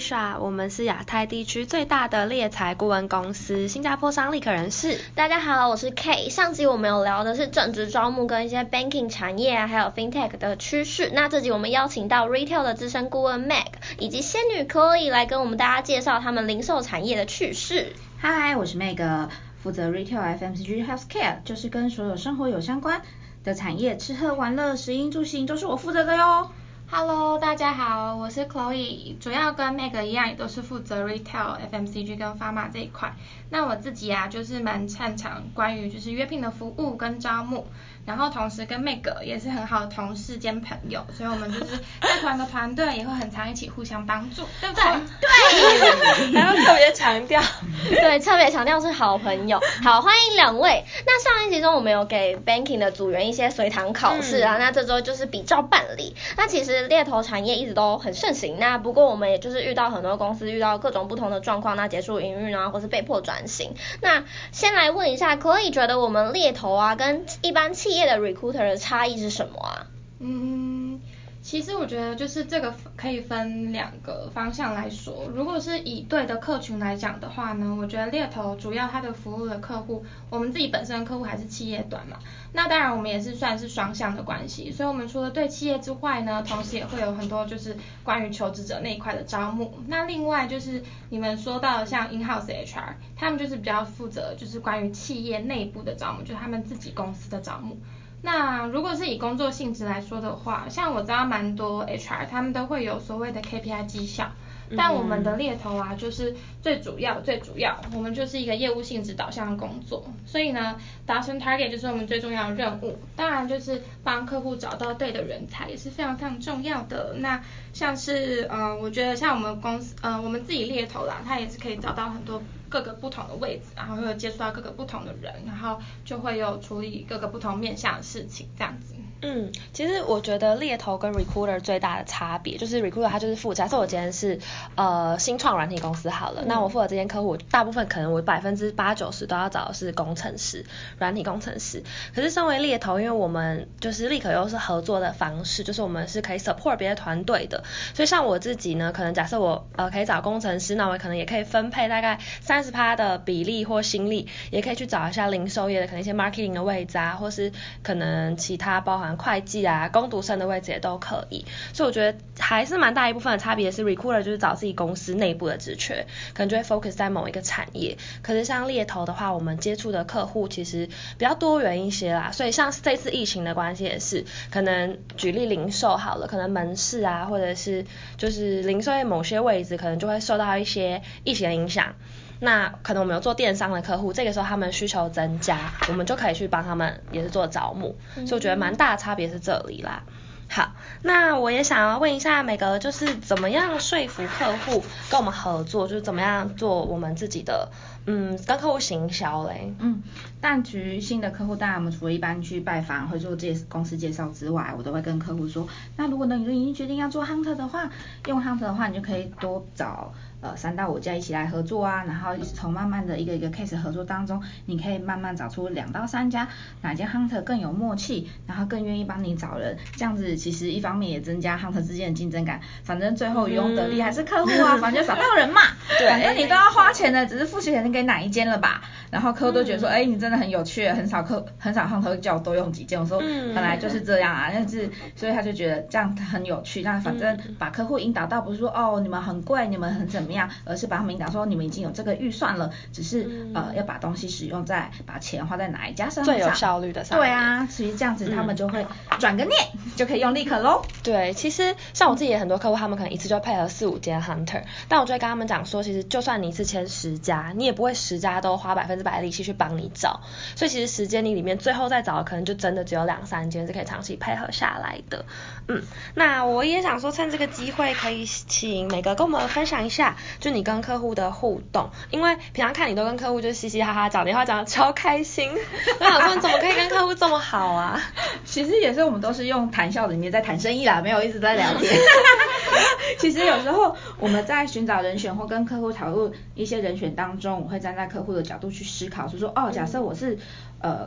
Alicia， 我们是亚太地区最大的猎才顾问公司，新加坡商立可人士。 大家好，我是 K。上集我们有聊的是正职招募跟一些 banking 产业还有 fintech 的趋势。那这集我们邀请到 retail 的资深顾问 Meg 以及仙女 Chloe 来跟我们大家介绍他们零售产业的趋势。 嗨，我是 Meg， 负责 retail FMCG healthcare， 就是跟所有生活有相关的产业，吃喝玩乐、食衣住行都是我负责的哟。 Hello， 大家好，我是 Chloe， 主要跟 Meg 一样，也都是负责 Retail、FMCG 跟 Pharma 这一块。那我自己就是蛮擅长关于就是约聘的服务跟招募，然后同时跟 Meg 也是很好的同事兼朋友，所以我们就是在同一个团队也会很常一起互相帮助，对不对？ 对， 还要特别强调， 对，特别强调是好朋友。好，欢迎两位。那上一集中我们有给 banking 的组员一些随堂考试啊，那这周就是比照办理。那其实猎头产业一直都很盛行，那不过我们也就是遇到很多公司遇到各种不同的状况，那结束营运啊，或是被迫转型。那先来问一下 Chloe， 觉得我们猎头啊跟一般企业的 recruiter 的差异是什么啊？ 其实我觉得就是这个可以分两个方向来说。如果是以对的客群来讲的话呢，我觉得猎头主要它的服务的客户，我们自己本身的客户还是企业端嘛。那当然我们也是算是双向的关系，所以我们除了对企业之外呢，同时也会有很多就是关于求职者那一块的招募。那另外就是你们说到的像 in-house HR， 他们就是比较负责就是关于企业内部的招募，就是他们自己公司的招募。那如果是以工作性质来说的话，像我知道蛮多 HR 他们都会有所谓的 KPI 绩效，但我们的猎头啊就是最主要我们就是一个业务性质导向的工作，所以呢达成 target 就是我们最重要的任务，当然就是帮客户找到对的人才也是非常非常重要的。那像是我觉得像我们公司我们自己猎头啦，它也是可以找到很多各个不同的位置，然后会有接触到各个不同的人，然后就会有处理各个不同面向的事情这样子。 其实我觉得猎头跟 recruiter 最大的差别就是 recruiter 他就是假设我今天是新创软体公司好了，那我负责这间客户，大部分可能我80%-90%都要找的是工程师，软体工程师。可是身为猎头，因为我们就是立可又是合作的方式，就是我们是可以 support 别的团队的，所以像我自己呢，可能假设我可以找工程师，那我可能也可以分配大概30%的比例或心力，也可以去找一下零售业的可能一些 marketing 的位置啊，或是可能其他包含会计啊、工读生的位置也都可以。所以我觉得还是蛮大一部分的差别是 recruiter 就是找自己公司内部的职缺，可能就会 focus 在某一个产业。可是像猎头的话，我们接触的客户其实比较多元一些啦，所以像这次疫情的关系也是，可能举例零售好了，可能门市啊，或者是就是零售业某些位置可能就会受到一些疫情的影响。那可能我们有做电商的客户，这个时候他们需求增加，我们就可以去帮他们也是做招募，所以我觉得蛮大的差别是这里啦。好，那我也想要问一下每个就是怎么样说服客户跟我们合作，就是怎么样做我们自己的跟客户行销嘞。 但至于新的客户，当然我们除了一般去拜访会做公司介绍之外，我都会跟客户说，那如果呢你已经决定要做 hunter 的话，用 hunter 的话，你就可以多找3到5家一起来合作啊，然后从慢慢的一个 case 合作当中，你可以慢慢找出2到3家哪间 hunter 更有默契，然后更愿意帮你找人，这样子其实一方面也增加 hunter 之间的竞争感，反正最后渔翁得利还是客户啊，反正就找到人嘛， 对， 反正你都要花钱的，只是付钱给哪一间了吧。然后客户都觉得说，你真的很有趣，很少 hunter 叫我多用几件，我说本来就是这样啊，但是所以他就觉得这样很有趣，那反正把客户引导到不是说你们很贵，你们很怎么样，而是把他们引导说你们已经有这个预算了，只是要把东西使用在把钱花在哪一家身上最有效率的上面。 对啊，所以这样子他们就会转个念，就可以用立可咯。 对，其实像我自己也很多客户，他们可能一次就配合4-5间 hunter， 但我就会跟他们讲说，其实就算你一次签10家，你也不会10家都花100%的力气去帮你找，所以其实10间你里面最后再找的可能就真的只有2-3间是可以长期配合下来的。那我也想说趁这个机会可以请每个跟我们分享一下，就你跟客户的互动，因为平常看你都跟客户就嘻嘻哈哈讲电话讲得超开心，我想说你怎么可以跟客户这么好啊？ 其实也是我们都是用谈笑的里面在谈生意啦，没有一直在聊天。其实有时候我们在寻找人选或跟客户讨论一些人选当中，我会站在客户的角度去思考，说假设我是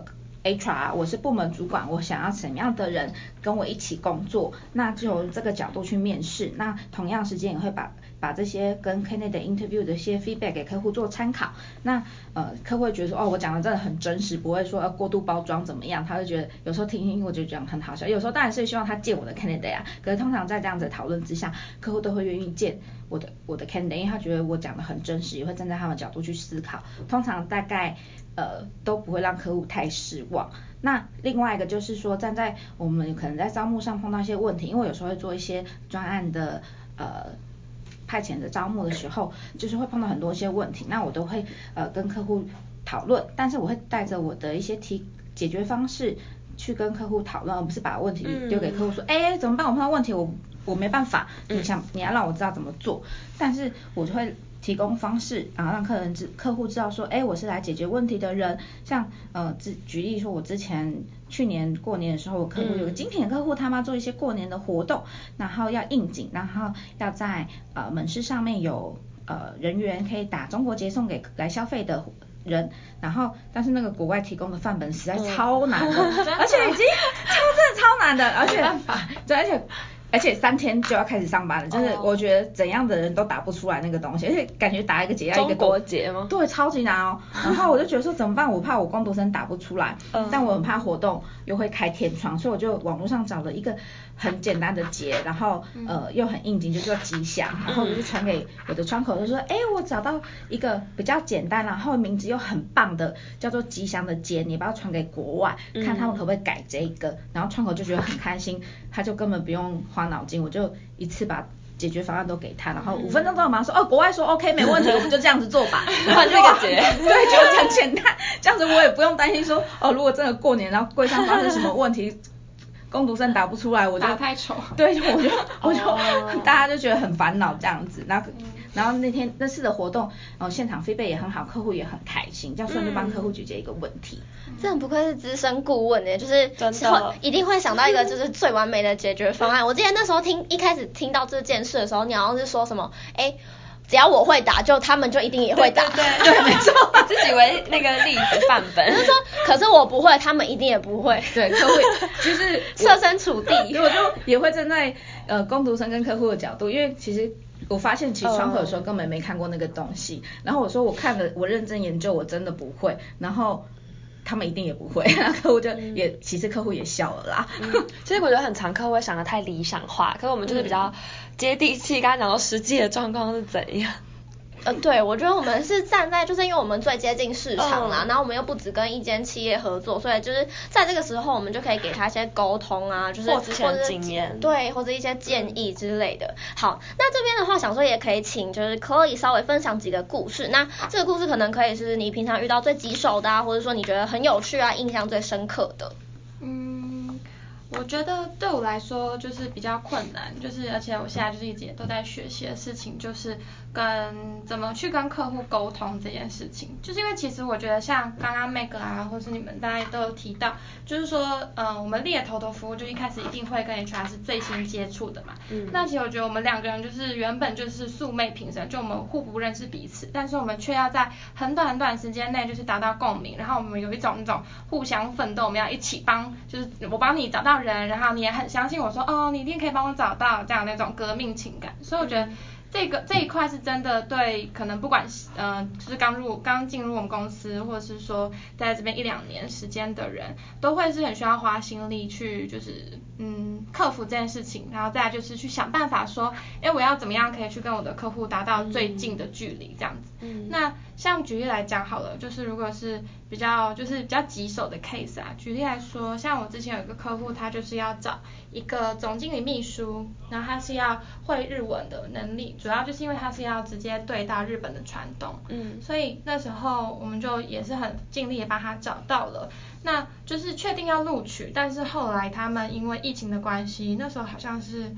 HR， 我是部门主管，我想要什么样的人跟我一起工作，那就由这个角度去面试。那同样时间也会把这些跟 candidate interview 的一些 feedback 给客户做参考。那客户会觉得说，哦，我讲的真的很真实，不会说要过度包装怎么样，他会觉得有时候听我就觉得很好笑，有时候当然是希望他借我的 candidate 啊，可是通常在这样子的讨论之下，客户都会愿意借我的 candidate， 因为他觉得我讲的很真实，也会站在他们角度去思考，通常大概都不会让客户太失望。那另外一个就是说，站在我们可能在招募上碰到一些问题，因为有时候会做一些专案的派遣的招募的时候，就是会碰到很多一些问题，那我都会跟客户讨论，但是我会带着我的一些解决方式去跟客户讨论，而不是把问题丢给客户说，怎么办？我碰到问题，我没办法，你要让我知道怎么做，但是我就会提供方式，然后让客户知道说，我是来解决问题的人。像举例说，我去年过年的时候，我客户有个精品的客户，他们要做一些过年的活动，然后要应景，然后要在门市上面有人员可以打中国结送给来消费的人，然后但是那个国外提供的范本实在超难的，而且已经真的超难的，而且对，而且3天就要开始上班了，就是我觉得怎样的人都打不出来那个东西，而且感觉打一个结要一个中国结吗？ 对，超级难哦。然后我就觉得说怎么办？我怕我工读生打不出来，但我很怕活动又会开天窗，所以我就网络上找了一个很简单的结，然后又很应景，就叫吉祥，然后我就传给我的窗口，就说我找到一个比较简单，然后名字又很棒的，叫做吉祥的结，你把它传给国外，看他们可不可以改这个，然后窗口就觉得很开心，他就根本不用花脑筋，我就一次把解决方案都给他，然后5分钟之后马上说国外说 OK 没问题，我们就这样子做吧， 换这个结， 对，就很简单，这样子我也不用担心说如果真的过年然后柜上发生什么问题，工读生打不出来，我就打太丑， 对，我就大家就觉得很烦恼这样子，然后那次的活动，现场 feedback 也很好，客户也很开心，这样算就帮客户解决一个问题。 真的不愧是资深顾问耶，就是一定会想到一个就是最完美的解决方案。我记得那时候一开始听到这件事的时候，你好像是说什么只要我会打，他们就一定也会打。 对，没错， 自己为那个例子范本。 就是说，可是我不会，他们一定也不会。 对，客户就是设身处地， 我就也会站在工读生跟客户的角度，因为其实我发现其实窗口的时候根本没看过那个东西，然后我说我看了，我认真研究，我真的不会，然后他们一定也不会，然后客户就其实客户也笑了啦。 其实我觉得很常客户会想得太理想化，可是我们就是比较接地气，刚刚讲到实际的状况是怎样。 对，我觉得我们是站在，就是因为我们最接近市场啦，然后我们又不只跟一间企业合作，所以就是在这个时候，我们就可以给他一些沟通啊，就是或之前的经验， 对，或者一些建议之类的。好，那这边的话，想说也可以请就是 Chloe 稍微分享几个故事。那这个故事可能可以是你平常遇到最棘手的啊，或者说你觉得很有趣啊，印象最深刻的。 我觉得对我来说就是比较困难，就是而且我现在就是一直也都在学习的事情，就是怎么去跟客户沟通这件事情。就是因为其实我觉得像刚刚 Meg 啊，或是你们大家都有提到，就是说我们猎头的服务就一开始一定会跟 HR 是最先接触的嘛。那其实我觉得我们2个人就是原本就是素昧平生，就我们互不认识彼此，但是我们却要在很短时间内就是达到共鸣，然后我们有一种那种互相奋斗，我们要一起就是我帮你找到人，然后你也很相信我说你一定可以帮我找到，这样那种革命情感。所以我觉得这一块是真的对，可能不管就是刚进入我们公司，或者是说在这边1-2年时间的人，都会是很需要花心力去就是克服这件事情，然后再来就是去想办法说我要怎么样可以去跟我的客户达到最近的距离这样子。那像举例来讲好了，就是如果是比较棘手的 case 啊，举例来说，像我之前有一个客户，他就是要找一个总经理秘书，然后他是要会日文的能力，主要就是因为他是要直接对到日本的船东，所以那时候我们就也是很尽力的帮他找到了，那就是确定要录取，但是后来他们因为疫情的关系，那时候好像是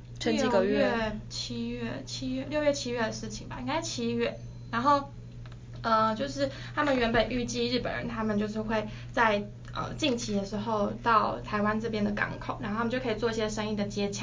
6月7月的事情吧，应该7月，然后就是他们原本预计日本人他们就是会在近期的时候到台湾这边的港口，然后他们就可以做一些生意的接洽嘛。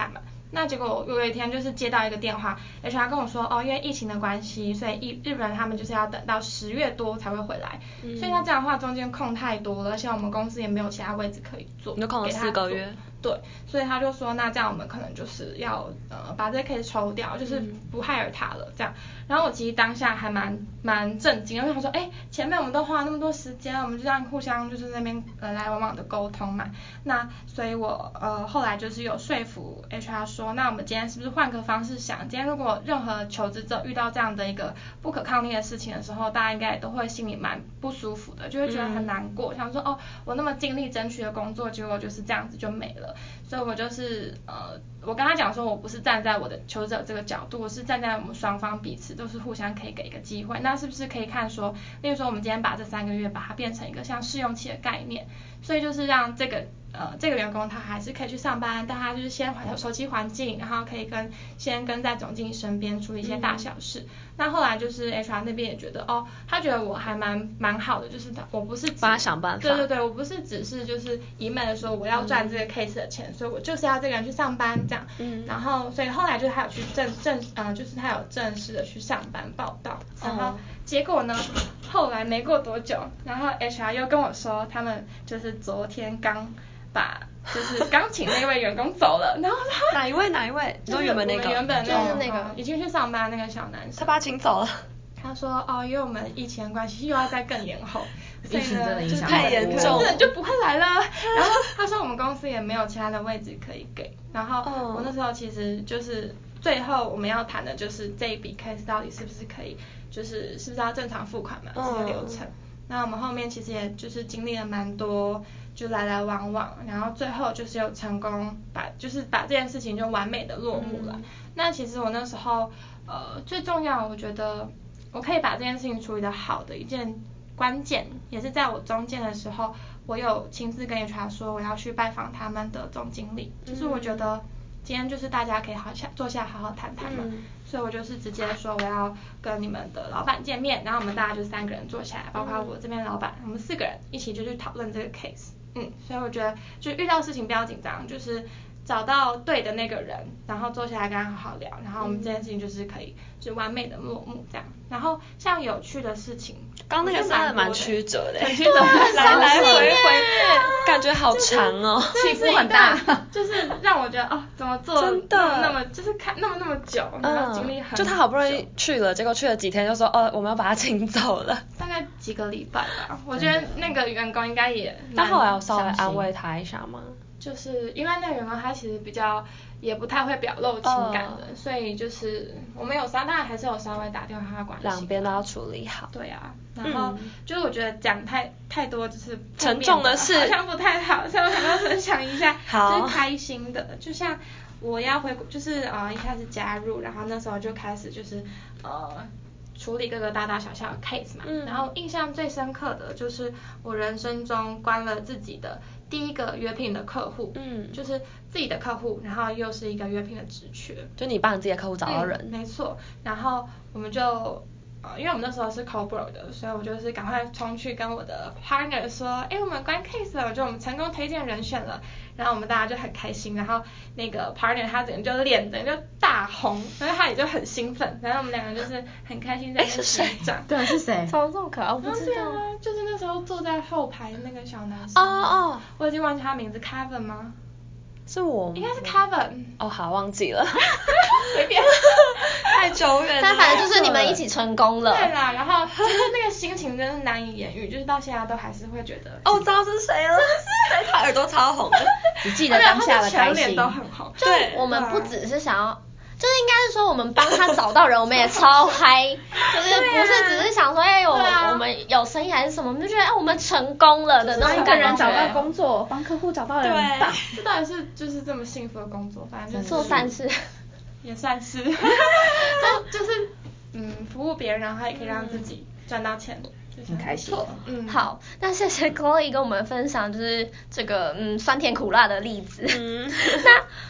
那结果我有一天就是接到一个电话 ，HR 跟我说，因为疫情的关系，所以日本他们就是要等到10月多才会回来，所以他这样的话中间空太多了，而且我们公司也没有其他位置可以做， 你就空了4个月。 对，所以他就说那这样我们可能就是要把这个 case 抽掉，就是不 hire 他了这样。然后我其实当下还蛮震惊，因为他说前面我们都花那么多时间，我们就这样互相就是那边来来往往的沟通嘛。那所以我后来就是有说服 HR 说，那我们今天是不是换个方式想？今天如果任何求职者遇到这样的一个不可抗力的事情的时候，大家应该也都会心里蛮不舒服的，就会觉得很难过，想说我那么尽力争取的工作，结果就是这样子就没了。所以我就是我跟他讲说，我不是站在我的求职者这个角度，我是站在我们双方彼此都是互相可以给一个机会。那是不是可以看说，例如说我们今天把这3个月把它变成一个像试用期的概念，所以就是让这个员工他还是可以去上班，但他就是先熟悉环境，然后可以先跟在总经理身边处理一些大小事。那后来就是 HR 那边也觉得他觉得我还蛮好的，就是我不是帮他想办法。 对，我不是只是就是一昧的说我要赚这个 case 的钱，所以我就是要这个人去上班这样。然后所以后来就是他有去就是他有正式的去上班报到，然后结果呢，后来没过多久，然后 HR 又跟我说他们就是昨天刚请那位员工走了，然后哪一位？你说原本那个？ 原本就是那个已经去上班那个小男生， 他把他请走了。 他说因为我们疫情的关系又要再更延后， 疫情真的影响太严重了， 就不会来了。然后他说我们公司也没有其他的位置可以给，然后我那时候其实就是最后我们要谈的就是这一笔 case 到底是不是可以，就是是不是要正常付款嘛，这个流程。那我们后面其实也就是经历了蛮多，就来来往往，然后最后就是有成功把这件事情就完美的落幕了。那其实我那时候最重要，我觉得我可以把这件事情处理得好的一件关键，也是在我中间的时候，我有亲自跟 HR 说我要去拜访他们的总经理，就是我觉得今天就是大家可以坐下好好谈谈嘛，所以我就是直接说我要跟你们的老板见面，然后我们大家就3个人坐下来，包括我这边老板，我们4个人一起就去讨论这个 case。所以我觉得就遇到事情不要紧张，就是找到对的那个人，然后坐下来跟他好好聊，然后我们这件事情就是可以就完美的落幕这样。然后像有趣的事情， 刚那个真的蛮曲折的， 很曲折， 来来回回，感觉好长哦， 起伏很大， 就是让我觉得怎么做真的那么就是看那么久，然后经历很久， 就他好不容易去了，结果去了几天就说我们要把他请走了， 大概几个礼拜吧。我觉得那个员工应该也， 但后来有稍微安慰他一下吗？ 就是因为那个员工他其实比较也不太会表露情感的，所以就是我们当然还是有稍微打电话关心， 两边都要处理好。 对啊，然后就是我觉得讲太多就是沉重的事好像不太好，所以我想要分享一下好就是开心的，就像我要就是一开始加入，然后那时候就开始就是处理各个大大小小的 case 嘛，然后印象最深刻的就是我人生中关了自己的第一个约聘的客户，就是自己的客户，然后又是一个约聘的职缺， 就你帮你自己的客户找到人， 没错，然后我们就因为我们那时候是 co-bro 的，所以我就是赶快冲去跟我的 partner 说，我们关 case 了，我们成功推荐人选了，然后我们大家就很开心，然后那个 partner 他整个就脸整个就大红，然后他也就很兴奋，然后我们2个就是很开心在那边击掌。 对，是谁？ 怎么这么可爱？我不知道。 就是那时候坐在后排的那个小男生。我已经忘记他名字 Kevin 吗？ 是我吗？ 应该是 Kevin。 好，忘记了。 随便。 太久远了。 但反正就是你们一起成功了。 对啦，然后就是那个心情真是难以言喻，就是到现在都还是会觉得。 我知道是谁了。他耳朵超红的。 你记得当下的开心。 全脸都很红。 对，我们不只是想要。就是应该是说我们帮他找到人，我们也超嗨，就是不是只是想说我们有生意还是什么，我们就觉得我们成功了的那种感觉。 帮一个人找到工作，帮客户找到人， 对，这到底是就是这么幸福的工作，反正就是做善事， 也算是，就是服务别人，然后也可以让自己赚到钱。 很开心。 好，那谢谢 Chloe 跟我们分享就是这个酸甜苦辣的例子。那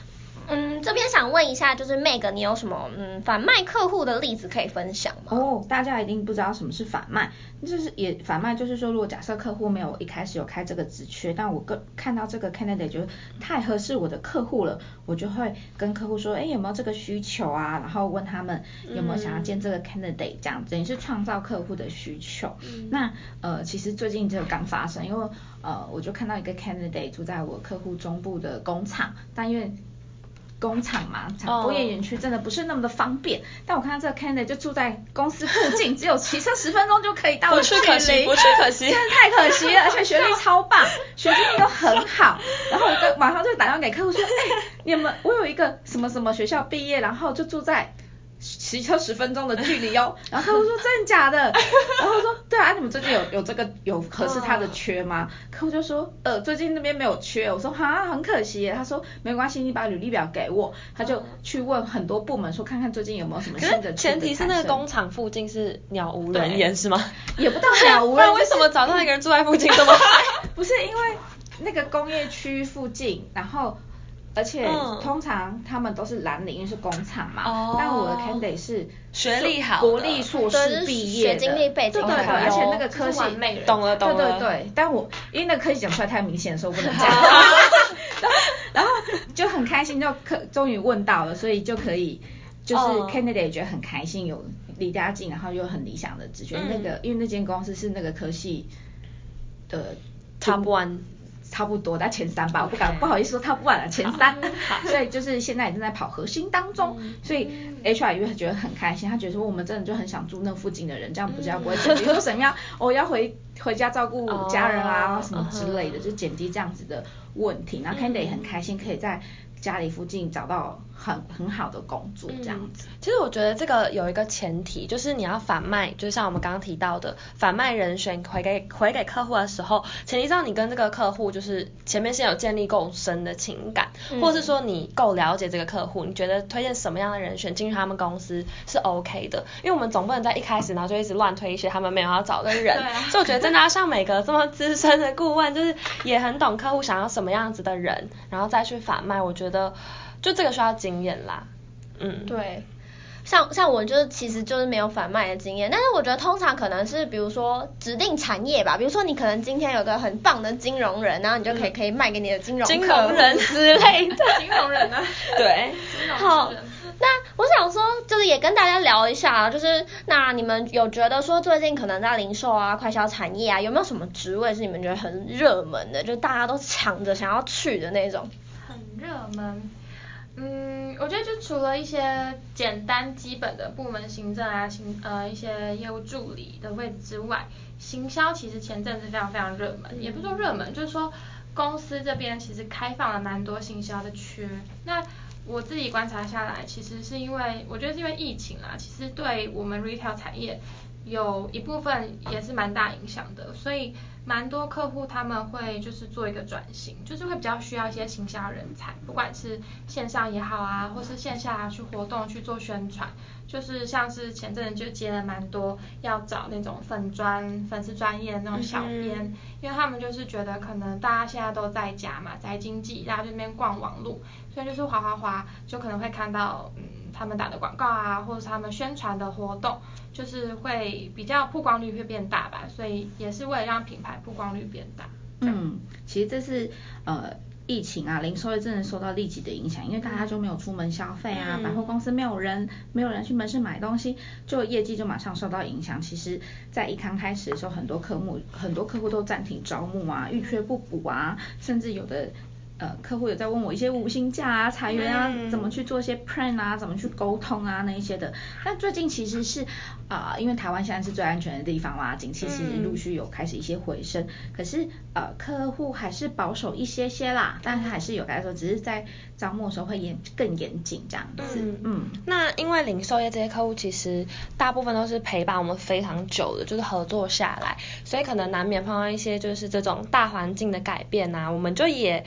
这边想问一下，就是 Meg 你有什么反卖客户的例子可以分享吗？ 大家一定不知道什么是反卖，就是反卖就是说，如果假设客户没有一开始有开这个职缺，但我看到这个 candidate 觉得太合适我的客户了，我就会跟客户说，有没有这个需求啊？然后问他们有没有想要见这个 candidate，这样等于是创造客户的需求。那其实最近这个刚发生，因为我就看到一个 candidate 住在我客户中部的工厂，但因为工厂嘛，工业园区真的不是那么的方便。但我看到这个 candidate 就住在公司附近，只有骑车10分钟就可以到的距离， 不去可惜， 真的太可惜了。而且学历超棒，学经历都很好。然后我马上就打电话给客户说，我有一个什么什么学校毕业，然后就住在骑车10分钟的距离哦。然后客户说真的假的？然后我说对啊，你们最近有合适他的缺吗？客户就说最近那边没有缺。我说很可惜耶。他说没关系，你把履历表给我。他就去问很多部门说看看最近有没有什么新的。 前提是那个工厂附近是鸟无人烟是吗？ 也不到鸟无人烟。 为什么找到一个人住在附近这么不是因为那个工业区附近，然后而且通常他们都是蓝领，因为是工厂嘛。但我的 candidate 是学历好， 国立硕士毕业的， 学经历背景对，而且那个科系懂了。 对，但我因为那个科系讲出来太明显，所以我不能讲。然后就很开心，就终于问到了，所以就可以就是 candidate 觉得很开心，有离家近，然后又很理想的职缺。因为那间公司是那个科系的 Top 1。 差不多在前3吧，不好意思说top 1了，前3。所以就是现在也正在跑核心当中，所以 HR 也会觉得很开心，他觉得说我们真的就很想住那附近的人，这样比较不会减低说什么要回家照顾家人啊什么之类的，就减低这样子的问题。然后 candidate 也很开心可以在家里附近找到很好的工作这样子。 其实我觉得这个有一个前提，就是你要反卖，就像我们刚刚提到的反卖人选回给客户的时候，前提上你跟这个客户就是前面先有建立够深的情感，或是说你够了解这个客户，你觉得推荐什么样的人选进去他们公司是 OK 的。因为我们总不能在一开始然后就一直乱推一些他们没有要找的人。所以我觉得真的要像每个这么资深的顾问，就是也很懂客户想要什么样子的人，然后再去反卖，我觉得就这个需要经验啦。 对，像我其实就是没有反卖的经验，但是我觉得通常可能是比如说指定产业吧，比如说你可能今天有个很棒的金融人，然后你就可以卖给你的金融人之类的。 金融人啊， 对， 好。那我想说，就是也跟大家聊一下，就是那你们有觉得说最近可能在零售啊、快销产业啊，有没有什么职位是你们觉得很热门的，就大家都抢着想要去的那种？ 很热门。我觉得就除了一些简单基本的部门行政啊，一些业务助理的位置之外，行销其实前阵子非常非常热门，也不是说热门，就是说公司这边其实开放了蛮多行销的缺。那我自己观察下来，其实是我觉得是因为疫情啦，其实对我们 retail 产业有一部分也是蛮大影响的，所以蛮多客户他们会就是做一个转型，就是会比较需要一些行销人才，不管是线上也好啊，或是线下去活动去做宣传，就是像是前阵子就接了蛮多要找那种粉丝专业的那种小编，因为他们就是觉得可能大家现在都在家嘛，宅经济，大家就那边逛网路，所以就是滑就可能会看到他们打的广告啊，或者是他们宣传的活动，就是会比较曝光率会变大吧，所以也是为了让品牌曝光率变大。 其实这是疫情啊，零售业真的受到立即的影响，因为大家就没有出门消费啊，百货公司没有人去门市买东西，就业绩就马上受到影响。其实在一刚开始的时候，很多客户都暂停招募啊，预缺不补啊，甚至有的客户有在问我一些无薪假啊、裁员啊，怎么去做一些 plan 啊，怎么去沟通啊那一些的。但最近其实是因为台湾现在是最安全的地方啦，景气其实陆续有开始一些回升，可是客户还是保守一些啦，但是还是有来说，只是在招募的时候会更严谨这样子。 那因为零售业这些客户其实大部分都是陪伴我们非常久的，就是合作下来，所以可能难免碰到一些就是这种大环境的改变啊，我们就也是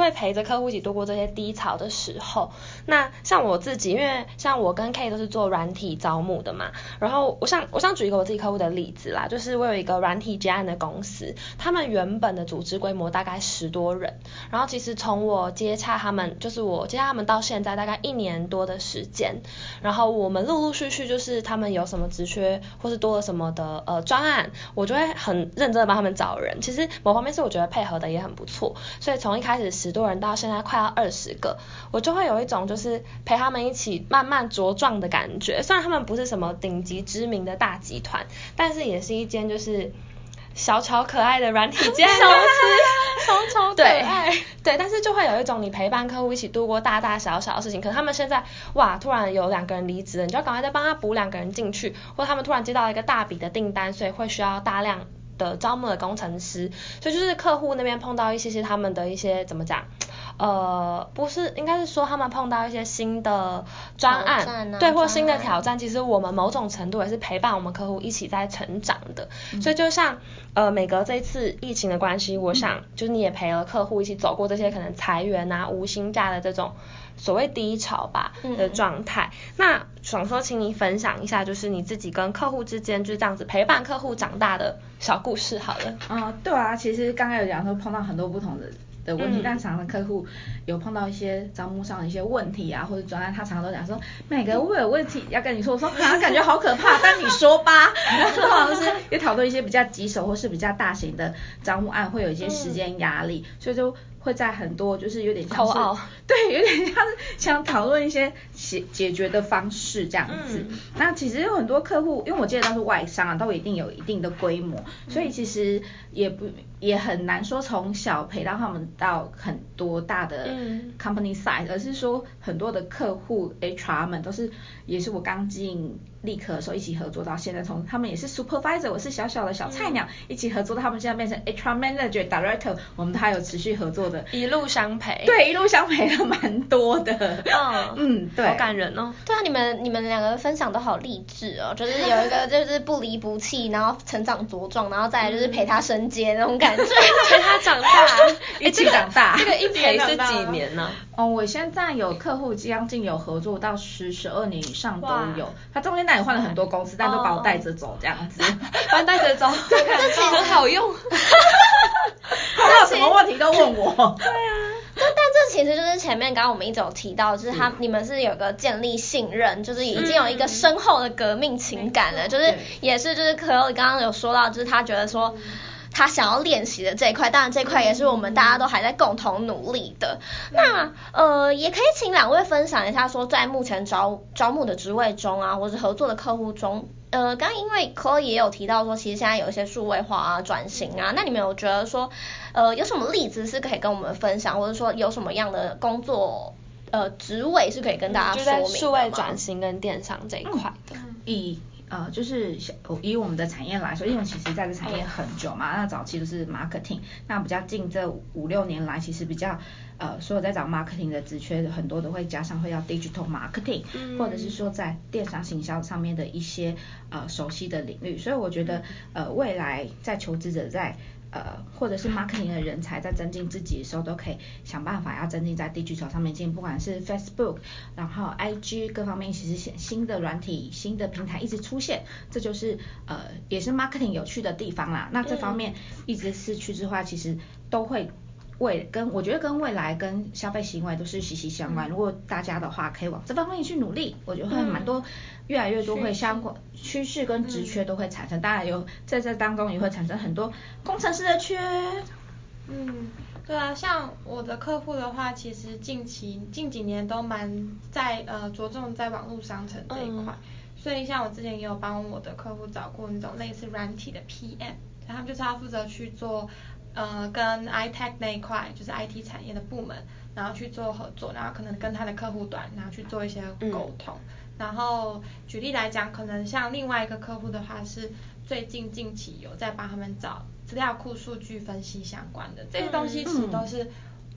会陪着客户一起度过这些低潮的时候。那像我自己，因为像我跟 K 都是做软体招募的嘛，然后我想举一个我自己客户的例子啦，就是我有一个软体接案的公司，他们原本的组织规模大概10多人，然后其实从我接洽他们到现在大概1年多的时间，然后我们陆陆续续就是他们有什么职缺或是多了什么的专案，我就会很认真的帮他们找人。其实某方面是我觉得配合的也很不错，所以从一开始10多人到现在快要20个，我就会有一种就是陪他们一起慢慢茁壮的感觉。虽然他们不是什么顶级知名的大集团，但是也是一间就是小巧可爱的软体接案公司， 小巧可爱。 对，但是就会有一种你陪伴客户一起度过大大小小的事情，可能他们现在突然有2个人离职了，你就要赶快再帮他补2个人进去，或者他们突然接到一个大笔的订单，所以会需要大量的招募的工程师，所以就是客户那边碰到一些他们的一些怎么讲，不是，应该是说他们碰到一些新的专案，对，或新的挑战，其实我们某种程度也是陪伴我们客户一起在成长的。所以就像美格这一次疫情的关系，我想就是你也陪了客户一起走过这些可能裁员啊、无薪假的这种所谓低潮吧的状态。那想说请你分享一下，就是你自己跟客户之间就是这样子陪伴客户长大的小故事好了。 对啊，其实刚才有讲说碰到很多不同的问题，但常常客户有碰到一些招募上的一些问题啊，或者专案，他常常都讲说每个我有问题要跟你说，我说感觉好可怕，但你说吧。通常都是也讨论一些比较棘手或是比较大型的招募案，会有一些时间压力，所以就会在很多就是有点像是对，有点像是想讨论一些解决的方式这样子。那其实有很多客户，因为我接的都是外商啊，都一定有一定的规模，所以其实也很难说从小陪到他们到很多大的company size，而是说很多的客户 HR 们也是我刚进立可的时候一起合作到现在，从他们也是 supervisor， 我是小小的小菜鸟，一起合作到他们现在变成 HR manager director， 我们都还有持续合作的， 一路相陪。 对，一路相陪了蛮多的。对， 好感人哦。 对啊，你们2个分享都好励志哦，就是有一个就是不离不弃，然后成长茁壮，然后再来就是陪他升阶那种感觉， 陪他长大， 一起长大。 这个一陪是几年呢？ 我现在有客户将近有合作到12年以上都有，他中间也换了很多公司，但都把我带着走这样子， 把你带着走，这其实很好用， 他有什么问题都问我。 对啊。但这其实就是前面刚刚我们一直有提到，就是你们是有个建立信任，就是已经有一个深厚的革命情感了，就是也是就是Chloe刚刚有说到，就是他觉得说他想要练习的这一块，当然这块也是我们大家都还在共同努力的。那也可以请2位分享一下，说在目前招募的职位中啊，或是合作的客户中，刚刚因为 Chloe 也有提到说，其实现在有一些数位化啊、转型啊，那你们有觉得说，有什么例子是可以跟我们分享，或者说有什么样的工作职位是可以跟大家说明的吗？ 就在数位转型跟电商这一块的。 就是以我们的产业来说，因为其实在这产业很久嘛，那早期都是 marketing， 那比较近这5-6年来，其实比较所有在找 marketing 的职缺很多都会加上会要 digital marketing，或者是说在电商行销上面的一些熟悉的领域，所以我觉得未来在求职者或者是 marketing 的人才在增进自己的时候，都可以想办法要增进在 digital 上面进，不管是 Facebook， 然后 IG 各方面，其实新的软体、新的平台一直出现，这就是也是 marketing 有趣的地方啦。那这方面一直是趋势化，其实都会我觉得跟未来跟消费行为都是息息相关。如果大家的话可以往这方面去努力，我觉得会蛮多，越来越多会相关趋势跟职缺都会产生。当然在这当中也会产生很多工程师的缺。 对啊，像我的客户的话，其实近几年都蛮在着重在网络商城这一块。所以像我之前也有帮我的客户找过那种类似软体的 PM， 他们就是要负责去做跟 iTech 那一块，就是 IT 产业的部门，然后去做合作，然后可能跟他的客户端，然后去做一些沟通。然后举例来讲，可能像另外一个客户的话，是近期有在帮他们找资料库数据分析相关的这些东西，其实都是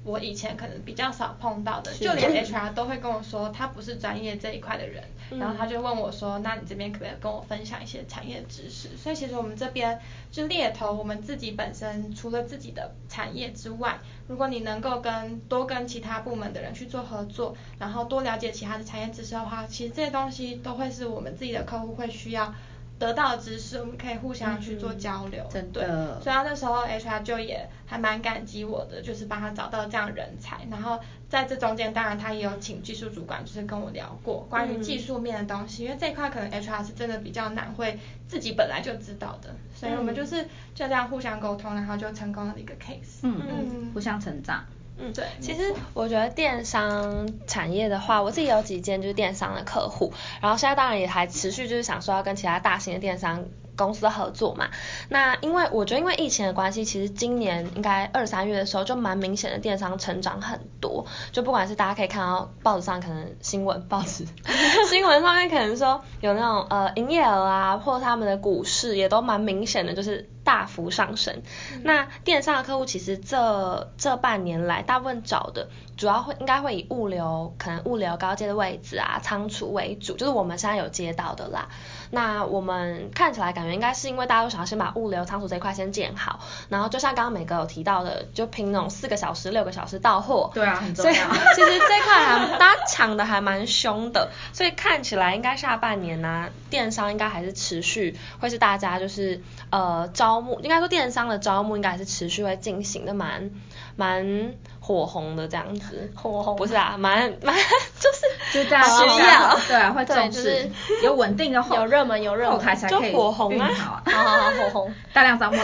我以前可能比较少碰到的，就连 HR 都会跟我说他不是专业这一块的人，然后他就问我说，那你这边可不可以跟我分享一些产业知识？所以其实我们这边就猎头，我们自己本身除了自己的产业之外，如果你能够多跟其他部门的人去做合作，然后多了解其他的产业知识的话，其实这些东西都会是我们自己的客户会需要得到的知识，我们可以互相去做交流。 真的。 对，所以那时候 HR 就也还蛮感激我的，就是帮他找到这样人才。然后在这中间，当然他也有请技术主管，就是跟我聊过关于技术面的东西，因为这一块可能 HR 是真的比较难会自己本来就知道的，所以我们就这样互相沟通，然后就成功了一个 case。 互相成长。 对，其实我觉得电商产业的话，我自己有几间就是电商的客户，然后现在当然也还持续就是想说要跟其他大型的电商公司合作嘛。那我觉得因为疫情的关系，其实今年应该2、3月的时候就蛮明显的电商成长很多，就不管是大家可以看到报纸上可能新闻上面可能说有那种营业额啊，或他们的股市也都蛮明显的就是大幅上升。那电商的客户其实这半年来大部分找的主要应该会以可能物流高阶的位置啊，仓储为主，就是我们现在有接到的啦。那我们看起来感觉应该是因为大家都想要先把物流仓储这一块先建好，然后就像刚刚美哥有提到的，就拼那种4个小时6个小时到货。 对啊，很重要。 所以其实这块大家抢的还蛮凶的，所以看起来应该下半年啊，电商应该还是持续会是大家就是招募，应该说电商的招募应该还是持续会进行的蛮火红的这样子。 火红不是啊，就是大家需要， 对啊，会重视，有稳定的有热门后台才可以就火红啊， 好火红， 大量招募。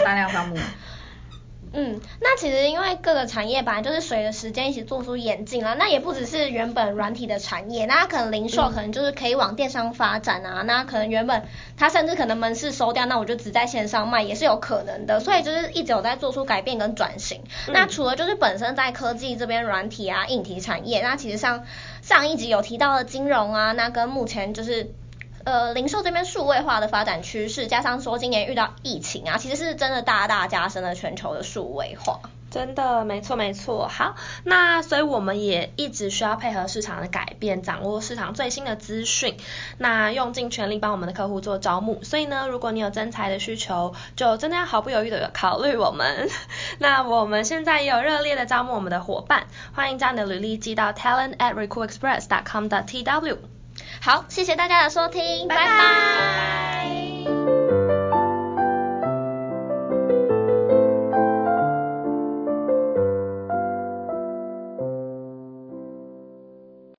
那其实因为各个产业本来就是随着时间一起做出演进啦，那也不只是原本软体的产业，那可能零售可能就是可以往电商发展啊，那可能原本它甚至可能门市收掉，那我就只在线上卖也是有可能的，所以就是一直有在做出改变跟转型。那除了就是本身在科技这边软体啊硬体产业，那其实上一集有提到的金融啊，那跟目前就是零售这边数位化的发展趋势，加上说今年遇到疫情啊，其实是真的大大加深了全球的数位化。 真的，没错。好，那所以我们也一直需要配合市场的改变，掌握市场最新的资讯，那用尽全力帮我们的客户做招募。所以呢，如果你有增才的需求，就真的要毫不犹豫的考虑我们。那我们现在也有热烈的招募我们的伙伴，欢迎将你的履历寄到 talent@recruitexpress.com.tw。 好，谢谢大家的收听，拜拜。